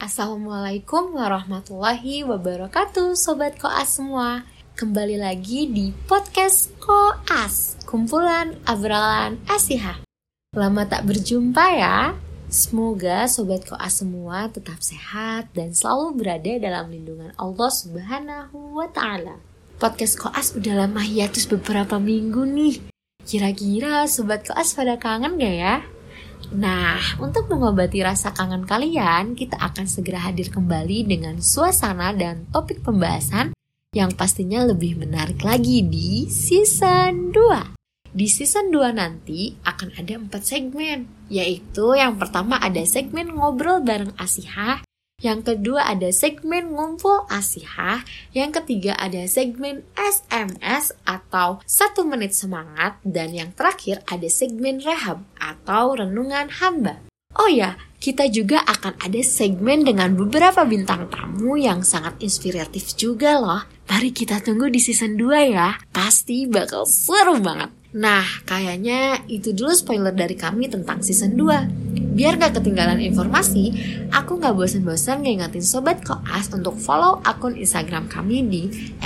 Assalamualaikum warahmatullahi wabarakatuh, Sobat Koas semua. Kembali lagi di podcast Koas, kumpulan obrolan Asihah. Lama tak berjumpa ya. Semoga Sobat Koas semua tetap sehat dan selalu berada dalam lindungan Allah Subhanahu wa Ta'ala. Podcast Koas udah lama hiatus beberapa minggu nih. Kira-kira Sobat Koas pada kangen gak ya? Nah, untuk mengobati rasa kangen kalian, kita akan segera hadir kembali dengan suasana dan topik pembahasan yang pastinya lebih menarik lagi di season 2. Di season 2 nanti akan ada 4 segmen, yaitu yang pertama ada segmen ngobrol bareng Asihah, yang kedua ada segmen ngumpul Asihah, yang ketiga ada segmen SMS atau 1 menit semangat, dan yang terakhir ada segmen rehab atau renungan hamba. Oh ya, kita juga akan ada segmen dengan beberapa bintang tamu yang sangat inspiratif juga loh. Mari kita tunggu di season 2 ya, pasti bakal seru banget. Nah, kayaknya itu dulu spoiler dari kami tentang season 2. Biar gak ketinggalan informasi, aku gak bosan-bosan ngingetin Sobat Koas untuk follow akun Instagram kami di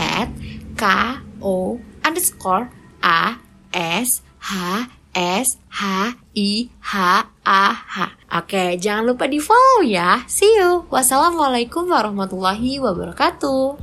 @ko_ashihah. Oke, jangan lupa di follow ya. See you. Wassalamualaikum warahmatullahi wabarakatuh.